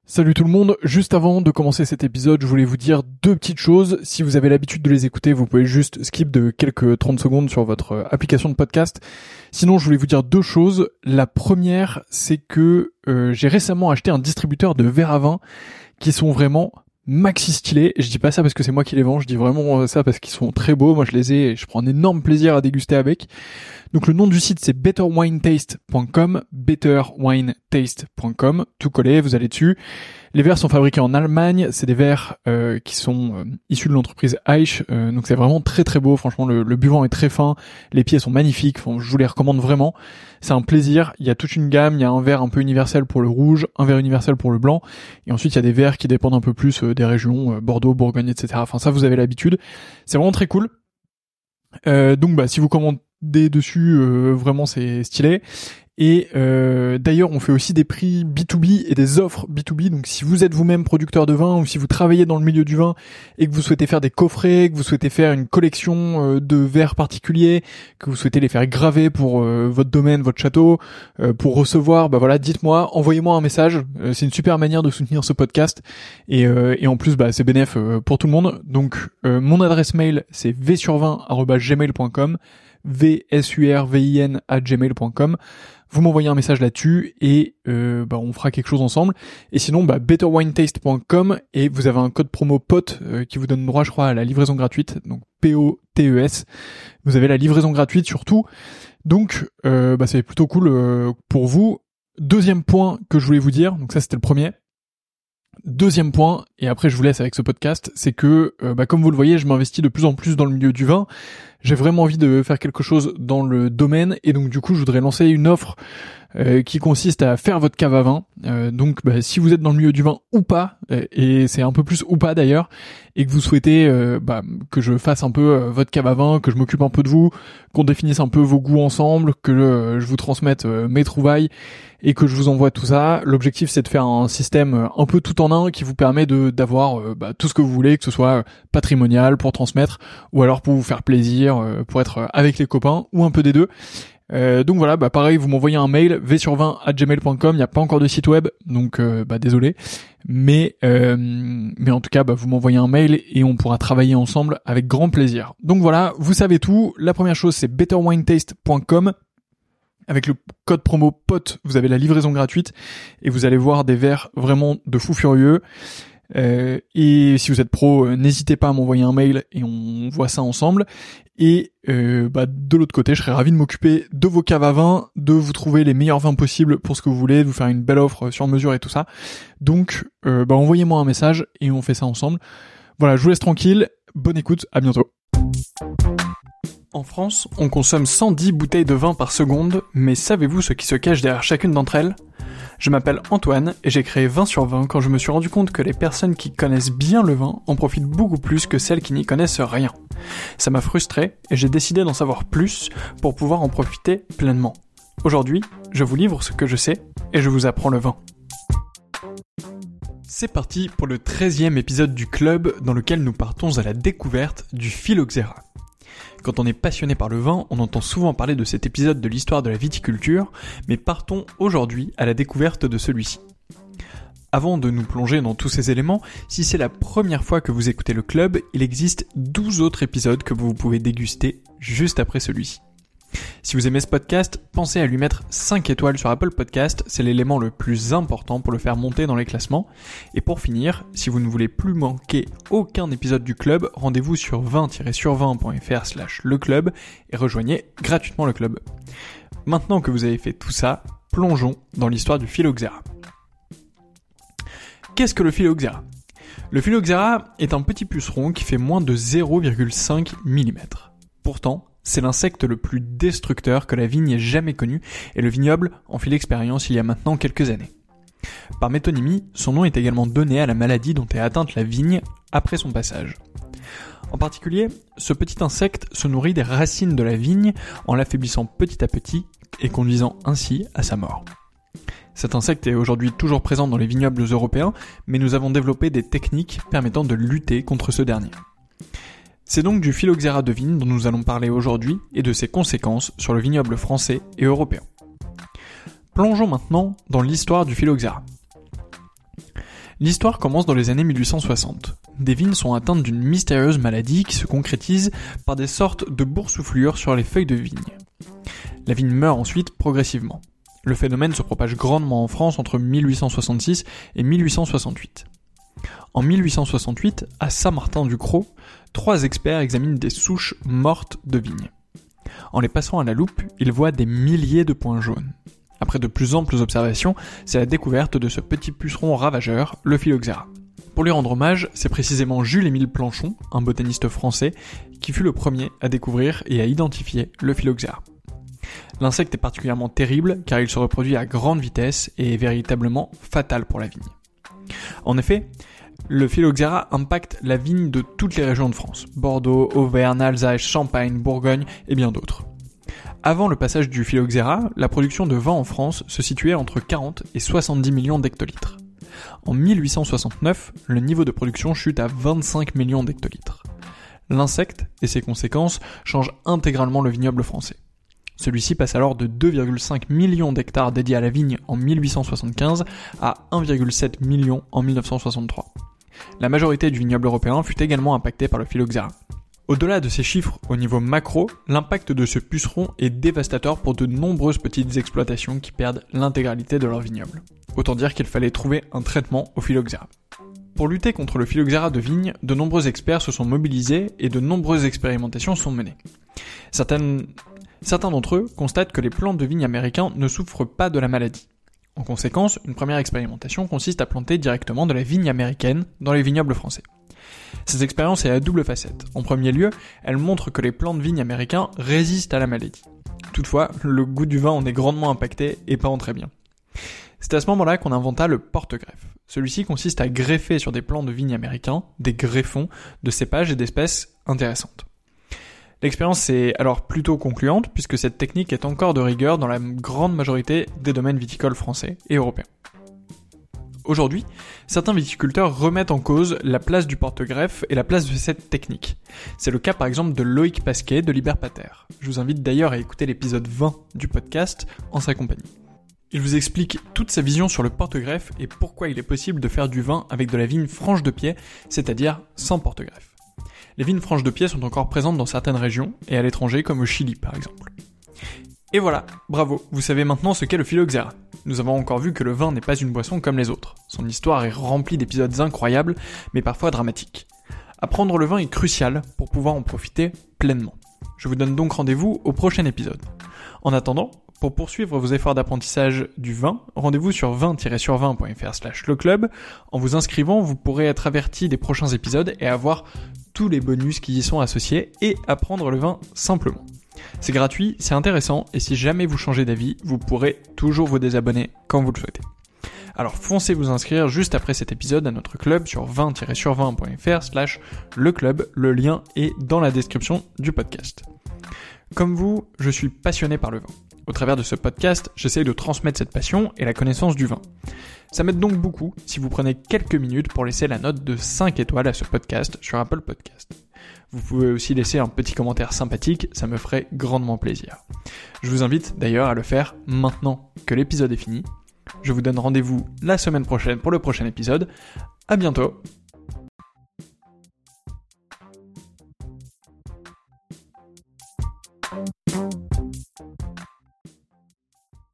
Salut tout le monde, juste avant de commencer cet épisode, je voulais vous dire deux petites choses. Si vous avez l'habitude de les écouter, vous pouvez juste skip de quelques 30 secondes sur votre application de podcast. Sinon, je voulais vous dire deux choses. La première, c'est que j'ai récemment acheté un distributeur de verres à vin qui sont vraiment maxi stylés. Et je dis pas ça parce que c'est moi qui les vends, je dis vraiment ça parce qu'ils sont très beaux. Moi, je les ai et je prends un énorme plaisir à déguster avec. Donc le nom du site c'est betterwinetaste.com, betterwinetaste.com, tout collé, vous allez dessus. Les verres sont fabriqués en Allemagne, c'est des verres qui sont issus de l'entreprise Eich, donc c'est vraiment très très beau, franchement le buvant est très fin, les pieds sont magnifiques, je vous les recommande vraiment, c'est un plaisir, il y a toute une gamme, il y a un verre un peu universel pour le rouge, un verre universel pour le blanc, et ensuite il y a des verres qui dépendent un peu plus des régions, Bordeaux, Bourgogne, etc. Enfin ça vous avez l'habitude, c'est vraiment très cool. Donc si vous commandez dessus, vraiment c'est stylé. Et d'ailleurs on fait aussi des prix B2B et des offres B2B, donc si vous êtes vous-même producteur de vin ou si vous travaillez dans le milieu du vin et que vous souhaitez faire des coffrets, que vous souhaitez faire une collection de verres particuliers, que vous souhaitez les faire graver pour votre domaine, votre château, pour recevoir, dites-moi, envoyez-moi un message, c'est une super manière de soutenir ce podcast et en plus c'est bénéf pour tout le monde. Donc mon adresse mail c'est vsurvin@gmail.com, vsurvin@gmail.com. Vous m'envoyez un message là-dessus et on fera quelque chose ensemble. Et sinon, betterwinetaste.com et vous avez un code promo POTE qui vous donne droit, je crois, à la livraison gratuite. Donc POTES. Vous avez la livraison gratuite surtout. Donc c'est plutôt cool pour vous. Deuxième point que je voulais vous dire, donc ça c'était le premier. Deuxième point, et après je vous laisse avec ce podcast, c'est que comme vous le voyez, je m'investis de plus en plus dans le milieu du vin. J'ai vraiment envie de faire quelque chose dans le domaine et donc du coup je voudrais lancer une offre qui consiste à faire votre cave à vin. Donc si vous êtes dans le milieu du vin ou pas, et c'est un peu plus ou pas d'ailleurs, et que vous souhaitez que je fasse un peu votre cave à vin, que je m'occupe un peu de vous, qu'on définisse un peu vos goûts ensemble, que je vous transmette mes trouvailles et que je vous envoie tout ça. L'objectif c'est de faire un système un peu tout en un qui vous permet d'avoir tout ce que vous voulez, que ce soit patrimonial pour transmettre ou alors pour vous faire plaisir, pour être avec les copains ou un peu des deux. Donc voilà, pareil, vous m'envoyez un mail vsurvin@gmail.com, il n'y a pas encore de site web, donc désolé, mais en tout cas vous m'envoyez un mail et on pourra travailler ensemble avec grand plaisir. Donc voilà, vous savez tout. La première chose c'est betterwinetaste.com. Avec le code promo POTE, vous avez la livraison gratuite et vous allez voir des verres vraiment de fou furieux. Et si vous êtes pro, n'hésitez pas à m'envoyer un mail et on voit ça ensemble. Et de l'autre côté, je serais ravi de m'occuper de vos caves à vin, de vous trouver les meilleurs vins possibles pour ce que vous voulez, de vous faire une belle offre sur mesure et tout ça. Donc envoyez-moi un message et on fait ça ensemble. Voilà, je vous laisse tranquille, bonne écoute, à bientôt. En France, on consomme 110 bouteilles de vin par seconde, mais savez-vous ce qui se cache derrière chacune d'entre elles ? Je m'appelle Antoine et j'ai créé 20 sur 20 quand je me suis rendu compte que les personnes qui connaissent bien le vin en profitent beaucoup plus que celles qui n'y connaissent rien. Ça m'a frustré et j'ai décidé d'en savoir plus pour pouvoir en profiter pleinement. Aujourd'hui, je vous livre ce que je sais et je vous apprends le vin. C'est parti pour le 13e épisode du club dans lequel nous partons à la découverte du phylloxéra. Quand on est passionné par le vin, on entend souvent parler de cet épisode de l'histoire de la viticulture, mais partons aujourd'hui à la découverte de celui-ci. Avant de nous plonger dans tous ces éléments, si c'est la première fois que vous écoutez le club, il existe 12 autres épisodes que vous pouvez déguster juste après celui-ci. Si vous aimez ce podcast, pensez à lui mettre 5 étoiles sur Apple Podcast, c'est l'élément le plus important pour le faire monter dans les classements. Et pour finir, si vous ne voulez plus manquer aucun épisode du club, rendez-vous sur 20-sur20.fr/leclub et rejoignez gratuitement le club. Maintenant que vous avez fait tout ça, plongeons dans l'histoire du phylloxéra. Qu'est-ce que le phylloxéra ? Le phylloxéra est un petit puceron qui fait moins de 0,5 mm. Pourtant, c'est l'insecte le plus destructeur que la vigne ait jamais connu et le vignoble en fit l'expérience il y a maintenant quelques années. Par métonymie, son nom est également donné à la maladie dont est atteinte la vigne après son passage. En particulier, ce petit insecte se nourrit des racines de la vigne en l'affaiblissant petit à petit et conduisant ainsi à sa mort. Cet insecte est aujourd'hui toujours présent dans les vignobles européens, mais nous avons développé des techniques permettant de lutter contre ce dernier. C'est donc du phylloxéra de vigne dont nous allons parler aujourd'hui et de ses conséquences sur le vignoble français et européen. Plongeons maintenant dans l'histoire du phylloxéra. L'histoire commence dans les années 1860. Des vignes sont atteintes d'une mystérieuse maladie qui se concrétise par des sortes de boursouflures sur les feuilles de vigne. La vigne meurt ensuite progressivement. Le phénomène se propage grandement en France entre 1866 et 1868. En 1868, à Saint-Martin-du-Crau, 3 experts examinent des souches mortes de vignes. En les passant à la loupe, ils voient des milliers de points jaunes. Après de plus amples observations, c'est la découverte de ce petit puceron ravageur, le phylloxéra. Pour lui rendre hommage, c'est précisément Jules-Émile Planchon, un botaniste français, qui fut le premier à découvrir et à identifier le phylloxéra. L'insecte est particulièrement terrible car il se reproduit à grande vitesse et est véritablement fatal pour la vigne. En effet, le phylloxéra impacte la vigne de toutes les régions de France, Bordeaux, Auvergne, Alsace, Champagne, Bourgogne et bien d'autres. Avant le passage du phylloxéra, la production de vin en France se situait entre 40 et 70 millions d'hectolitres. En 1869, le niveau de production chute à 25 millions d'hectolitres. L'insecte et ses conséquences changent intégralement le vignoble français. Celui-ci passe alors de 2,5 millions d'hectares dédiés à la vigne en 1875 à 1,7 million en 1963. La majorité du vignoble européen fut également impactée par le phylloxéra. Au-delà de ces chiffres au niveau macro, l'impact de ce puceron est dévastateur pour de nombreuses petites exploitations qui perdent l'intégralité de leur vignoble. Autant dire qu'il fallait trouver un traitement au phylloxéra. Pour lutter contre le phylloxéra de vigne, de nombreux experts se sont mobilisés et de nombreuses expérimentations sont menées. Certains d'entre eux constatent que les plants de vigne américains ne souffrent pas de la maladie. En conséquence, une première expérimentation consiste à planter directement de la vigne américaine dans les vignobles français. Cette expérience est à double facette. En premier lieu, elle montre que les plants de vigne américains résistent à la maladie. Toutefois, le goût du vin en est grandement impacté et pas en très bien. C'est à ce moment-là qu'on inventa le porte-greffe. Celui-ci consiste à greffer sur des plants de vigne américains des greffons de cépages et d'espèces intéressantes. L'expérience est alors plutôt concluante puisque cette technique est encore de rigueur dans la grande majorité des domaines viticoles français et européens. Aujourd'hui, certains viticulteurs remettent en cause la place du porte-greffe et la place de cette technique. C'est le cas par exemple de Loïc Pasquet de Liberpater. Je vous invite d'ailleurs à écouter l'épisode 20 du podcast en sa compagnie. Il vous explique toute sa vision sur le porte-greffe et pourquoi il est possible de faire du vin avec de la vigne franche de pied, c'est-à-dire sans porte-greffe. Les vignes franches de pied sont encore présentes dans certaines régions et à l'étranger comme au Chili par exemple. Et voilà, bravo, vous savez maintenant ce qu'est le phylloxéra. Nous avons encore vu que le vin n'est pas une boisson comme les autres. Son histoire est remplie d'épisodes incroyables, mais parfois dramatiques. Apprendre le vin est crucial pour pouvoir en profiter pleinement. Je vous donne donc rendez-vous au prochain épisode. En attendant, pour poursuivre vos efforts d'apprentissage du vin, rendez-vous sur vin-sur20.fr/leclub. En vous inscrivant, vous pourrez être averti des prochains épisodes et avoir tous les bonus qui y sont associés et apprendre le vin simplement. C'est gratuit, c'est intéressant et si jamais vous changez d'avis, vous pourrez toujours vous désabonner quand vous le souhaitez. Alors foncez vous inscrire juste après cet épisode à notre club sur vin-sur20.fr/leclub. Le lien est dans la description du podcast. Comme vous, je suis passionné par le vin. Au travers de ce podcast, j'essaye de transmettre cette passion et la connaissance du vin. Ça m'aide donc beaucoup si vous prenez quelques minutes pour laisser la note de 5 étoiles à ce podcast sur Apple Podcast. Vous pouvez aussi laisser un petit commentaire sympathique, ça me ferait grandement plaisir. Je vous invite d'ailleurs à le faire maintenant que l'épisode est fini. Je vous donne rendez-vous la semaine prochaine pour le prochain épisode. À bientôt.